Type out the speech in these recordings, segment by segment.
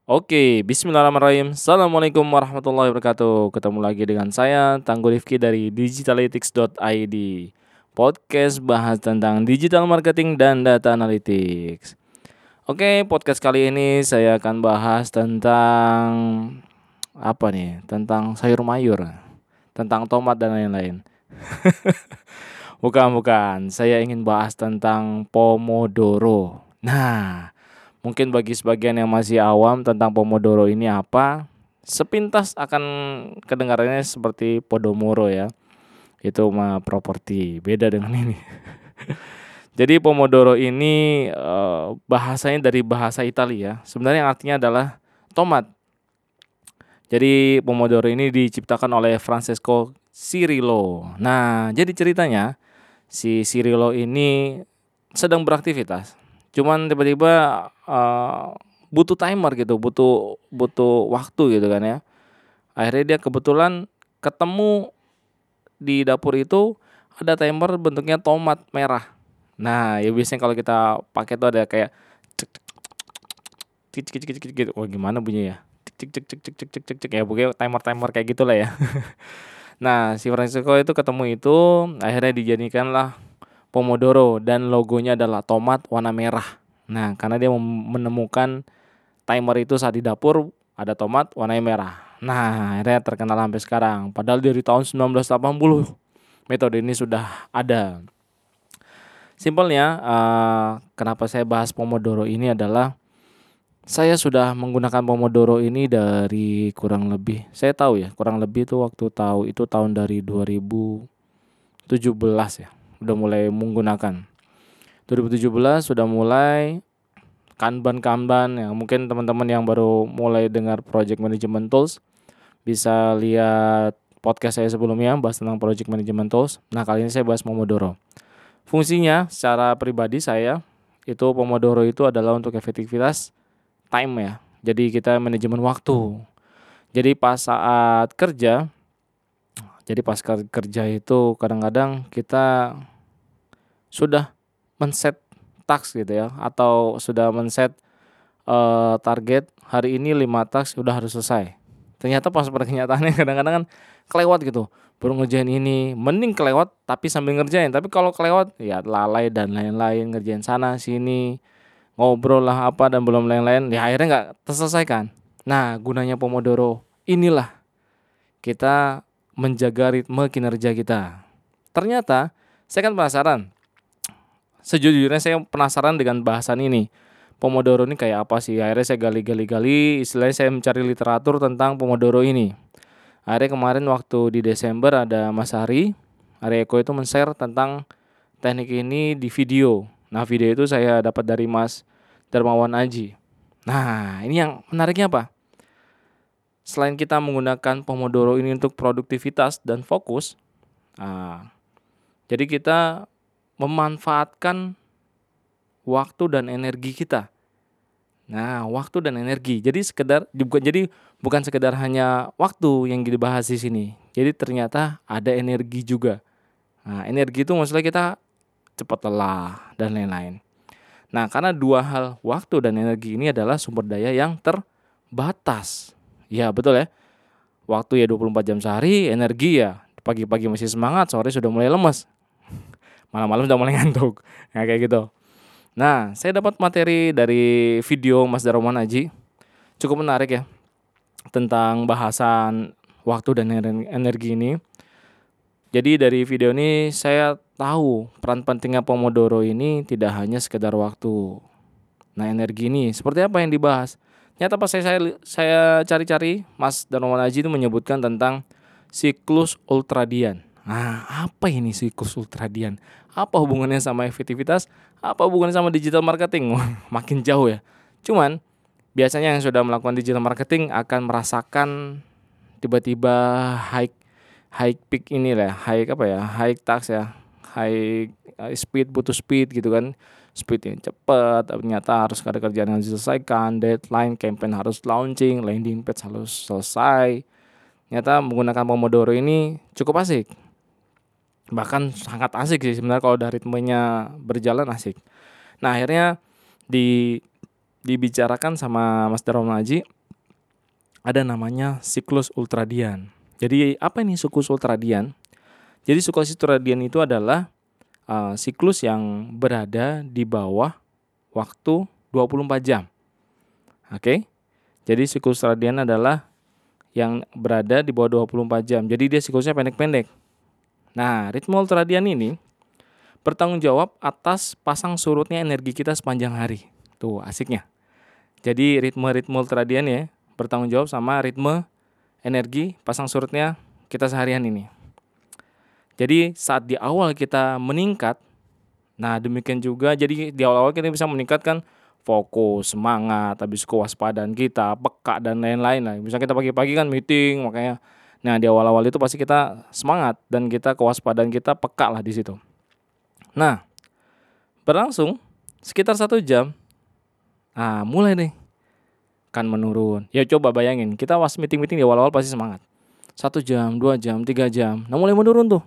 Oke, bismillahirrahmanirrahim. Assalamualaikum warahmatullahi wabarakatuh. Ketemu lagi dengan saya, Tangguh Rifki dari digitalytics.id. Podcast bahas tentang digital marketing dan data analytics. Oke, podcast kali ini saya akan bahas tentang apa nih? Tentang sayur mayur, tentang tomat dan lain-lain. Bukan. Saya ingin bahas tentang Pomodoro. Nah, mungkin bagi sebagian yang masih awam tentang Pomodoro ini apa, sepintas akan kedengarannya seperti Podomoro ya. Itu mah properti, beda dengan ini. Jadi Pomodoro ini bahasanya dari bahasa Italia. Sebenarnya yang artinya adalah tomat. Jadi Pomodoro ini diciptakan oleh Francesco Cirillo. Nah, jadi ceritanya si Cirillo ini sedang beraktivitas. Cuman tiba-tiba butuh timer gitu, butuh butuh waktu gitu kan ya. Akhirnya dia kebetulan ketemu di dapur itu ada timer bentuknya tomat merah. Nah, ya biasanya kalau kita pakai tuh ada kayak cek cek cek cek cek gitu. Wah, gimana bunyinya ya? Cek cek cek cek cek cek cek cek ya pokoknya timer-timer kayak gitulah ya. Nah, si Francisco itu ketemu itu, akhirnya dijadikanlah Pomodoro dan logonya adalah tomat warna merah. Nah, karena dia menemukan timer itu saat di dapur ada tomat warnanya merah. Nah, akhirnya terkenal sampai sekarang. Padahal dari tahun 1980 metode ini sudah ada. Simpelnya, kenapa saya bahas Pomodoro ini adalah saya sudah menggunakan Pomodoro ini dari kurang lebih, saya tahu ya, kurang lebih itu waktu tahu itu tahun dari 2017 ya, udah mulai menggunakan. 2017 sudah mulai Kanban ya. Mungkin teman-teman yang baru mulai dengar Project Management Tools bisa lihat podcast saya sebelumnya bahas tentang Project Management Tools. Nah, kali ini saya bahas Pomodoro. Fungsinya secara pribadi saya itu Pomodoro itu adalah untuk efektivitas time ya. Jadi kita manajemen waktu. Jadi pas saat kerja, jadi pas kerja itu kadang-kadang kita sudah men-set task gitu ya, atau sudah men-set target hari ini 5 task udah harus selesai. Ternyata pas pada kenyataannya kadang-kadang kan kelewat gitu. Baru ngerjain ini, mending kelewat tapi sambil ngerjain. Tapi kalau kelewat ya lalai dan lain-lain, ngerjain sana sini, ngobrol lah apa dan belum lain-lain, ya akhirnya nggak terselesaikan. Nah, gunanya Pomodoro inilah kita menjaga ritme kinerja kita. Ternyata saya kan penasaran. Sejujurnya saya penasaran dengan bahasan ini. Pomodoro ini kayak apa sih? Akhirnya saya gali, istilahnya saya mencari literatur tentang Pomodoro ini. Akhirnya kemarin waktu di Desember ada Mas Ari Eko itu men-share tentang teknik ini di video. Nah, video itu saya dapat dari Mas Darmawan Aji. Nah, ini yang menariknya apa? Selain kita menggunakan Pomodoro ini untuk produktivitas dan fokus, jadi kita memanfaatkan waktu dan energi kita. Nah, waktu dan energi. Jadi bukan sekedar hanya waktu yang dibahas di sini. Jadi ternyata ada energi juga. Nah, energi itu maksudnya kita cepat lelah dan lain-lain. Nah, karena dua hal, waktu dan energi ini adalah sumber daya yang terbatas. Ya, betul ya. Waktu ya 24 jam sehari, energi ya pagi-pagi masih semangat, sore sudah mulai lemas. Malam-malam sudah mulai ngantuk. Nah, kayak gitu. Nah, saya dapat materi dari video Mas Darmawan Aji. Cukup menarik ya. Tentang bahasan waktu dan energi ini. Jadi dari video ini saya tahu peran pentingnya Pomodoro ini tidak hanya sekedar waktu. Nah, energi ini seperti apa yang dibahas? Ternyata pas saya cari-cari, Mas Darmawan Aji itu menyebutkan tentang siklus ultradian. Nah, apa ini siklus ultradian? Apa hubungannya sama efektivitas? Apa hubungannya sama digital marketing? Makin jauh ya. Cuman biasanya yang sudah melakukan digital marketing akan merasakan tiba-tiba high peak ini lah, high task ya, high speed, butuh speed gitu kan, speed yang cepat, ternyata harus ada kerjaan yang diselesaikan, deadline, campaign harus launching, landing page harus selesai. Ternyata menggunakan Pomodoro ini cukup asik, bahkan sangat asik sih sebenarnya kalau udah ritmenya berjalan asik. Nah, akhirnya dibicarakan sama Mas Darmawan Aji, ada namanya siklus ultradian. Jadi apa ini siklus ultradian? Jadi siklus ultradian itu adalah siklus yang berada di bawah waktu 24 jam. Oke. Jadi siklus ultradian adalah yang berada di bawah 24 jam. Jadi dia siklusnya pendek-pendek. Nah, ritme ultradian ini bertanggung jawab atas pasang surutnya energi kita sepanjang hari. Tuh, asiknya. Jadi ritme ultradian ya bertanggung jawab sama ritme energi pasang surutnya kita seharian ini. Jadi saat di awal kita meningkat, nah demikian juga jadi di awal-awal kita bisa meningkatkan fokus, semangat, habis kewaspadaan kita, peka dan lain-lain lah. Misalnya kita pagi-pagi kan meeting, makanya nah di awal-awal itu pasti kita semangat dan kita kewaspadaan kita peka lah di situ. Nah, berlangsung sekitar 1 jam, mulai nih kan menurun. Ya coba bayangin, kita pas meeting-meeting di awal-awal pasti semangat. 1 jam, 2 jam, 3 jam, nah mulai menurun tuh.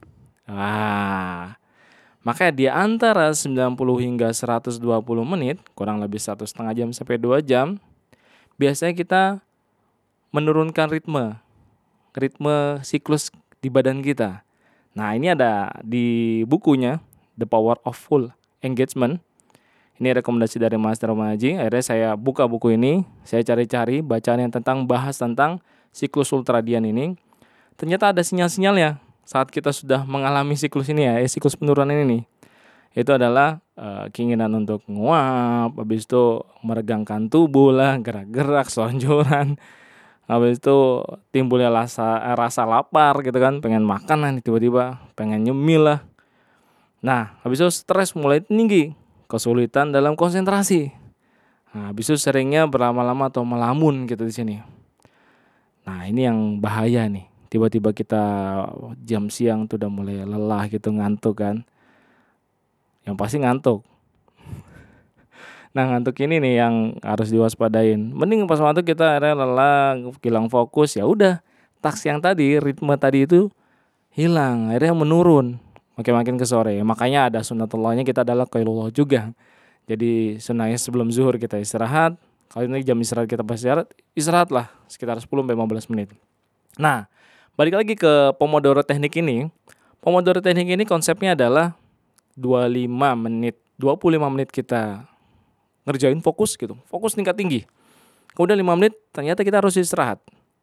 Makanya di antara 90 hingga 120 menit, kurang lebih 1,5 jam sampai 2 jam, biasanya kita menurunkan ritme siklus di badan kita. Nah, ini ada di bukunya The Power of Full Engagement. Ini rekomendasi dari Master Romaji. Akhirnya saya buka buku ini, saya cari-cari bacaan yang bahas tentang siklus ultradian ini. Ternyata ada sinyal-sinyalnya saat kita sudah mengalami siklus ini ya, siklus penurunan ini nih. Itu adalah keinginan untuk nguap, habis itu meregangkan tubuh lah, gerak-gerak, selonjoran. Habis itu timbulnya rasa lapar gitu kan, pengen makan lah tiba-tiba, pengen nyemil lah. Nah, habis itu stres mulai tinggi, kesulitan dalam konsentrasi. Nah, habis itu seringnya berlama-lama atau melamun gitu di sini. Nah, ini yang bahaya nih. Tiba-tiba kita jam siang tuh udah mulai lelah gitu, ngantuk kan. Yang pasti ngantuk. Nah, ngantuk ini nih yang harus diwaspadain. Mending pas ngantuk kita akhirnya lelah, hilang fokus, ya udah. Taks yang tadi, ritme tadi itu hilang, akhirnya menurun. Makin ke sore. Makanya ada sunatullahnya kita adalah qailullah juga. Jadi sunnahnya sebelum zuhur kita istirahat. Kalau ini jam istirahat kita pas istirahat lah sekitar 10-15 menit. Nah, balik lagi ke Pomodoro teknik ini. Pomodoro teknik ini konsepnya adalah 25 menit kita ngerjain fokus gitu. Fokus tingkat tinggi. Kemudian 5 menit ternyata kita harus istirahat.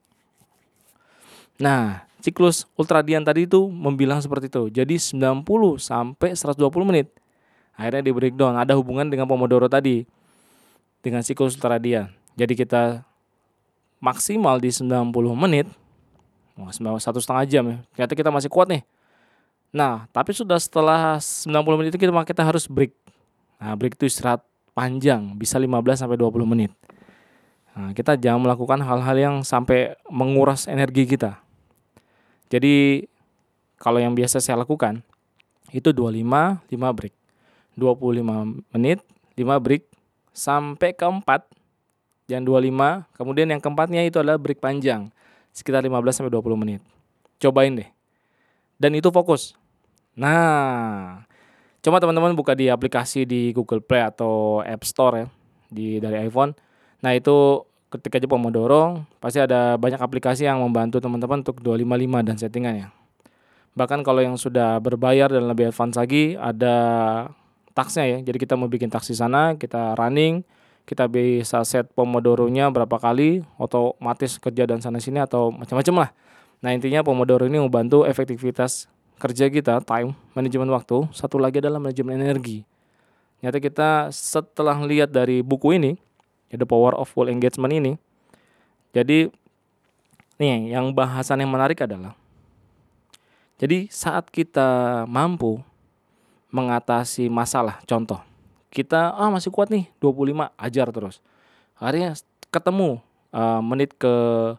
Nah, siklus ultradian tadi itu membilang seperti itu. Jadi 90 sampai 120 menit. Akhirnya di breakdown, ada hubungan dengan Pomodoro tadi. Dengan siklus ultradian. Jadi kita maksimal di 90 menit. 1,5 jam ya. Ternyata kita masih kuat nih. Nah, tapi sudah setelah 90 menit itu kita harus break. Nah, break itu istirahat panjang, bisa 15 sampai 20 menit. Nah, kita jangan melakukan hal-hal yang sampai menguras energi kita. Jadi kalau yang biasa saya lakukan itu 25 break. 25 menit, 5 break sampai keempat. Yang 25, kemudian yang keempatnya itu adalah break panjang, sekitar 15 sampai 20 menit. Cobain deh. Dan itu fokus. Nah, coba teman-teman buka di aplikasi di Google Play atau App Store ya, dari iPhone. Nah, itu ketika aja Pomodoro, pasti ada banyak aplikasi yang membantu teman-teman untuk 255 dan settingannya. Bahkan kalau yang sudah berbayar dan lebih advance lagi, ada taksnya ya. Jadi kita mau bikin taks di sana, kita running, kita bisa set Pomodoro-nya berapa kali, otomatis kerja dan sana sini atau macam-macam lah. Nah, intinya Pomodoro ini membantu efektivitas kerja kita, time, manajemen waktu. Satu lagi adalah manajemen energi. Nyata kita setelah lihat dari buku ini, The Power of Full Engagement ini, jadi nih yang bahasan yang menarik adalah, jadi saat kita mampu mengatasi masalah, contoh, kita masih kuat nih 25, ajar terus. Akhirnya ketemu menit ke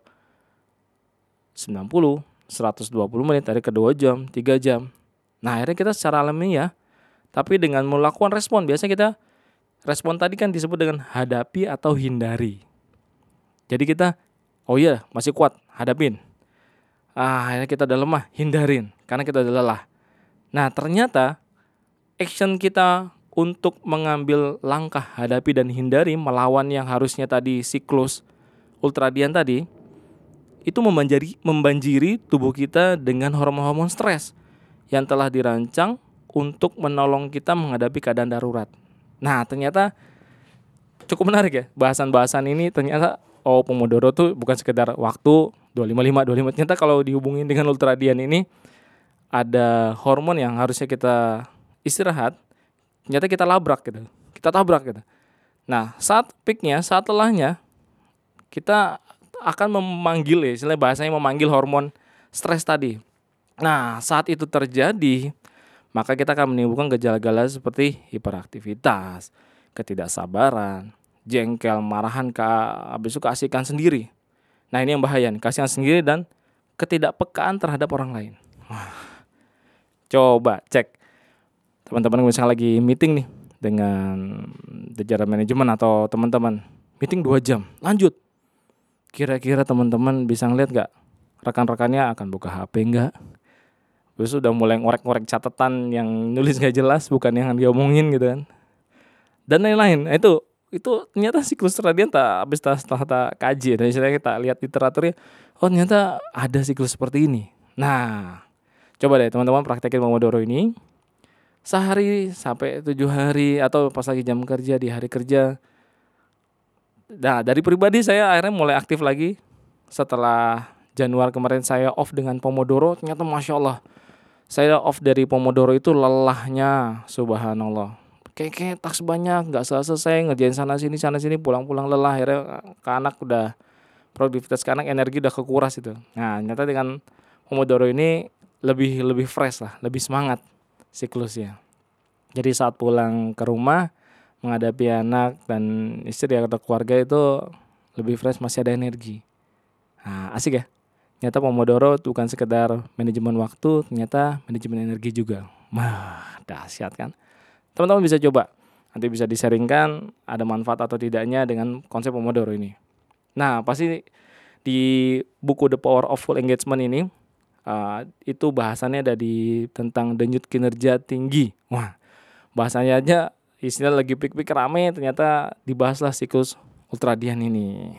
90, 120 menit, hari ke 2 jam, 3 jam. Nah, akhirnya kita secara alamiah, tapi dengan melakukan respon, biasanya kita respon tadi kan disebut dengan hadapi atau hindari. Jadi kita, oh iya masih kuat, hadapin. Akhirnya kita udah lemah, hindarin, karena kita udah lelah. Nah, ternyata action kita untuk mengambil langkah hadapi dan hindari melawan yang harusnya tadi siklus ultradian tadi, itu membanjiri tubuh kita dengan hormon-hormon stres yang telah dirancang untuk menolong kita menghadapi keadaan darurat. Nah, ternyata cukup menarik ya bahasan-bahasan ini. Ternyata Pomodoro tuh bukan sekedar waktu 25 Ternyata kalau dihubungin dengan ultradian ini ada hormon yang harusnya kita istirahat, ternyata kita labrak gitu. Kita tabrak gitu. Nah, saat peaknya, saat lelahnya, kita akan memanggil ya, istilahnya bahasanya memanggil hormon stres tadi. Nah, saat itu terjadi, maka kita akan menimbulkan gejala-gejala seperti hiperaktivitas, ketidaksabaran, jengkel, marahan, habis itu keasikan sendiri. Nah, ini yang bahaya nih, keasikan sendiri dan ketidakpekaan terhadap orang lain. Coba cek teman-teman misalnya lagi meeting nih dengan jajaran manajemen atau teman-teman, meeting 2 jam, lanjut. Kira-kira teman-teman bisa ngeliat gak rekan-rekannya akan buka HP enggak? Terus udah mulai ngorek-ngorek catatan yang nulis gak jelas, bukan yang diomongin gitu kan. Dan lain-lain. Nah, itu ternyata siklus circadian setelah kaji. Dan istilahnya kita lihat literaturnya, oh ternyata ada siklus seperti ini. Nah, coba deh teman-teman praktekin Pomodoro ini sehari sampai 7 hari atau pas lagi jam kerja, di hari kerja. Nah, dari pribadi saya akhirnya mulai aktif lagi setelah Januari kemarin saya off dengan Pomodoro. Ternyata Masya Allah, saya off dari Pomodoro itu lelahnya subhanallah. Kayak tas banyak, gak selesai ngerjain sana sini, pulang-pulang lelah. Akhirnya ke anak udah, produktivitas ke anak, energi udah kekuras itu. Nah, ternyata dengan Pomodoro ini lebih fresh lah, lebih semangat siklusnya. Jadi saat pulang ke rumah menghadapi anak dan istri atau keluarga itu lebih fresh, masih ada energi. Nah, asik ya. Ternyata Pomodoro bukan sekedar manajemen waktu, ternyata manajemen energi juga. Dahsyat kan. Teman-teman bisa coba, nanti bisa di-sharingkan ada manfaat atau tidaknya dengan konsep Pomodoro ini. Nah, pasti di buku The Power of Full Engagement ini itu bahasannya ada tentang denyut kinerja tinggi. Wah, bahasanya aja istilah lagi pik-pik rame, ternyata dibahaslah siklus ultradian ini.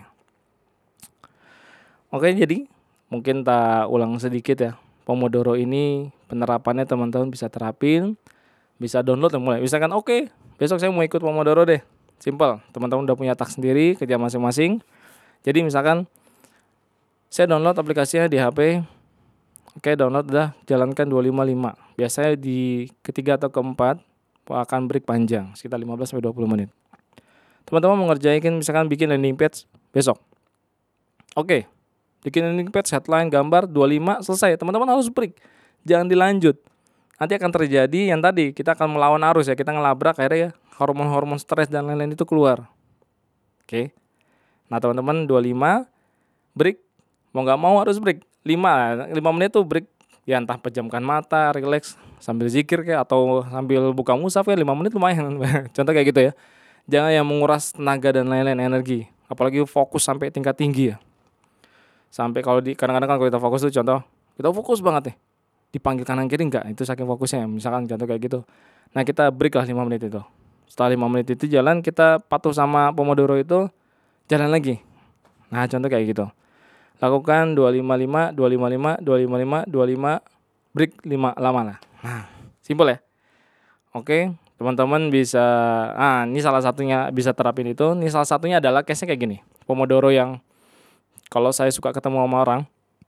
Oke, jadi mungkin tak ulang sedikit ya. Pomodoro ini penerapannya teman-teman bisa terapin, bisa download dan mulai. Misalkan oke, besok saya mau ikut Pomodoro deh. Simple, teman-teman udah punya task sendiri, kerja masing-masing. Jadi misalkan saya download aplikasinya di HP. Oke, download udah, jalankan 255. Biasanya di ketiga atau keempat akan break panjang, sekitar 15-20 menit. Teman-teman mengerjakan misalkan bikin landing page besok. Oke, bikin landing page, headline, gambar, 25, selesai. Teman-teman harus break, jangan dilanjut. Nanti akan terjadi yang tadi, kita akan melawan arus ya, kita ngelabrak, akhirnya ya hormon-hormon stres dan lain-lain itu keluar. Oke. Nah teman-teman 25, break, mau gak mau harus break. 5 menit tuh break, ya entah pejamkan mata, relax, sambil zikir kayak atau sambil buka mushaf ya, 5 menit lumayan. Contoh kayak gitu ya. Jangan yang menguras tenaga dan lain-lain, energi. Apalagi fokus sampai tingkat tinggi ya. Sampai kalau kadang-kadang kan kalau kita fokus tuh contoh, kita fokus banget nih. Dipanggil kanan kiri enggak, itu saking fokusnya, misalkan contoh kayak gitu. Nah kita break lah 5 menit itu. Setelah 5 menit itu jalan, kita patuh sama Pomodoro itu, jalan lagi. Nah contoh kayak gitu. Lakukan 255, 255, 255, 25, break 5 lama lah. Nah simple ya. Oke, teman-teman bisa, ini salah satunya bisa terapin itu. Ini salah satunya adalah case-nya kayak gini. Pomodoro yang kalau saya suka ketemu sama orang,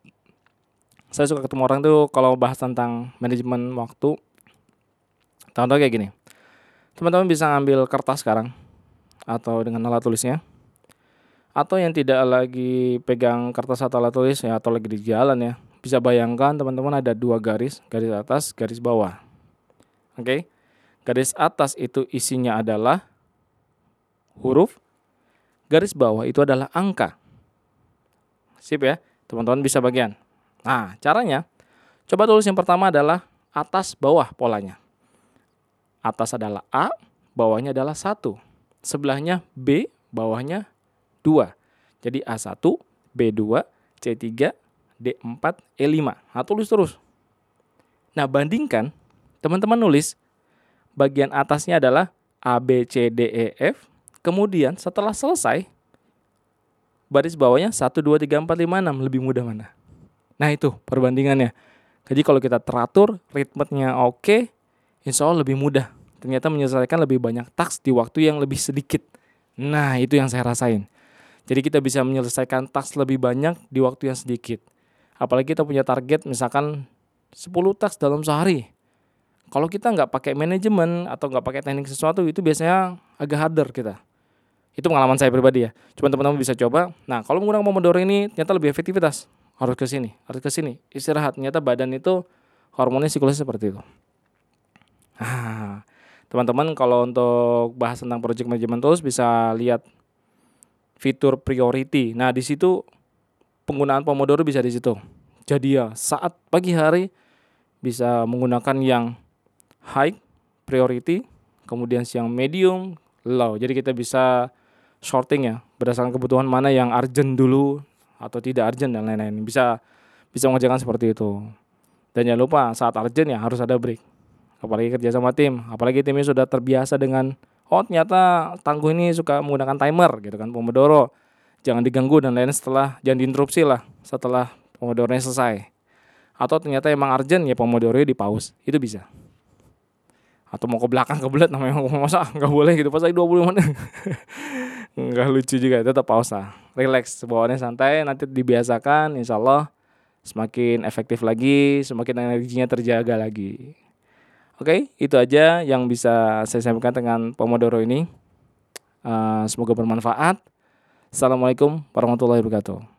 tuh kalau bahas tentang manajemen waktu. Contoh kayak gini. Teman-teman bisa ngambil kertas sekarang atau dengan alat tulisnya. Atau yang tidak lagi pegang kertas atau alat tulis ya, atau lagi di jalan ya, bisa bayangkan teman-teman ada 2 garis atas, garis bawah. Oke. Garis atas itu isinya adalah huruf, garis bawah itu adalah angka. Sip ya, teman-teman bisa bagian. Nah, caranya coba tulis yang pertama adalah atas bawah polanya. Atas adalah A, bawahnya adalah 1. Sebelahnya B, bawahnya 2. Jadi A1, B2, C3, D4, E5. Nah, tulis terus. Nah, bandingkan teman-teman nulis bagian atasnya adalah A, B, C, D, E, F. Kemudian setelah selesai baris bawahnya 1, 2, 3, 4, 5, 6. Lebih mudah mana? Nah itu perbandingannya. Jadi kalau kita teratur, ritmenya oke, insya Allah lebih mudah. Ternyata menyelesaikan lebih banyak task di waktu yang lebih sedikit. Nah itu yang saya rasain. Jadi kita bisa menyelesaikan task lebih banyak di waktu yang sedikit. Apalagi kita punya target misalkan 10 task dalam sehari. Kalau kita nggak pakai manajemen atau nggak pakai teknik sesuatu, itu biasanya agak harder kita. Itu pengalaman saya pribadi ya. Cuma teman-teman bisa coba. Nah kalau menggunakan Pomodoro ini ternyata lebih efektivitas. Harus ke sini, istirahat. Ternyata badan itu hormonnya siklusnya seperti itu. Teman-teman kalau untuk bahas tentang project management tools bisa lihat fitur priority. Nah di situ penggunaan Pomodoro bisa di situ. Jadi ya saat pagi hari bisa menggunakan yang high priority, kemudian siang medium, low. Jadi kita bisa sorting ya berdasarkan kebutuhan mana yang urgent dulu atau tidak urgent dan lain-lain. Bisa mengerjakan seperti itu. Dan jangan lupa saat urgent ya harus ada break. Apalagi kerja sama tim, apalagi timnya sudah terbiasa dengan ternyata tangguh ini suka menggunakan timer gitu kan, Pomodoro. Jangan diganggu dan lain jangan diinterupsi lah setelah Pomodoro-nya selesai. Atau ternyata emang urgent ya Pomodoro-nya di pause. Itu bisa. Atau mau ke belakang kebelet namanya masa enggak boleh gitu pas lagi 20 menit. Enggak lucu juga, tetap pause lah. Relax, bawaannya santai, nanti dibiasakan insyaallah semakin efektif lagi, semakin energinya terjaga lagi. Oke, itu aja yang bisa saya sampaikan dengan Pomodoro ini. Semoga bermanfaat. Assalamualaikum warahmatullahi wabarakatuh.